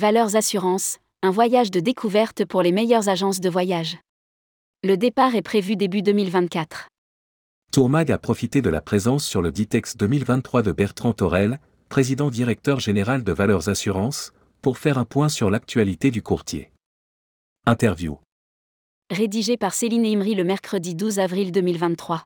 Valeurs Assurances, un voyage de découverte pour les meilleures agences de voyage. Le départ est prévu début 2024. Tourmag a profité de la présence sur le Ditex 2023 de Bertrand Thorel, président-directeur général de Valeurs Assurances, pour faire un point sur l'actualité du courtier. Interview. Rédigé par Céline Imri le mercredi 12 avril 2023.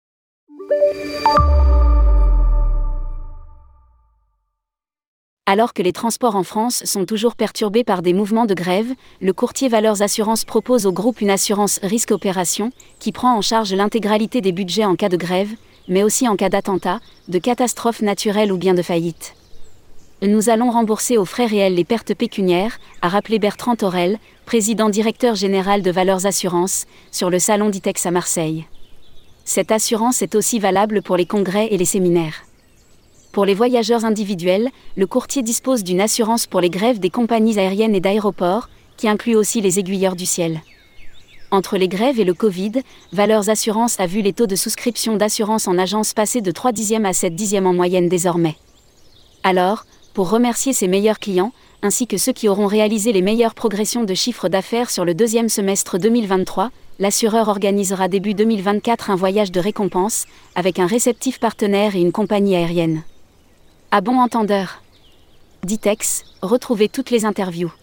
Alors que les transports en France sont toujours perturbés par des mouvements de grève, le courtier Valeurs Assurances propose au groupe une assurance risque opération, qui prend en charge l'intégralité des budgets en cas de grève, mais aussi en cas d'attentat, de catastrophe naturelle ou bien de faillite. Nous allons rembourser aux frais réels les pertes pécuniaires, a rappelé Bertrand Thorel, président-directeur général de Valeurs Assurances, sur le salon Ditex à Marseille. Cette assurance est aussi valable pour les congrès et les séminaires. Pour les voyageurs individuels, le courtier dispose d'une assurance pour les grèves des compagnies aériennes et d'aéroports, qui inclut aussi les aiguilleurs du ciel. Entre les grèves et le Covid, Valeurs Assurances a vu les taux de souscription d'assurance en agence passer de 3/10 à 7/10 en moyenne désormais. Alors, pour remercier ses meilleurs clients, ainsi que ceux qui auront réalisé les meilleures progressions de chiffre d'affaires sur le deuxième semestre 2023, l'assureur organisera début 2024 un voyage de récompense, avec un réceptif partenaire et une compagnie aérienne. À bon entendeur. Ditex, retrouvez toutes les interviews.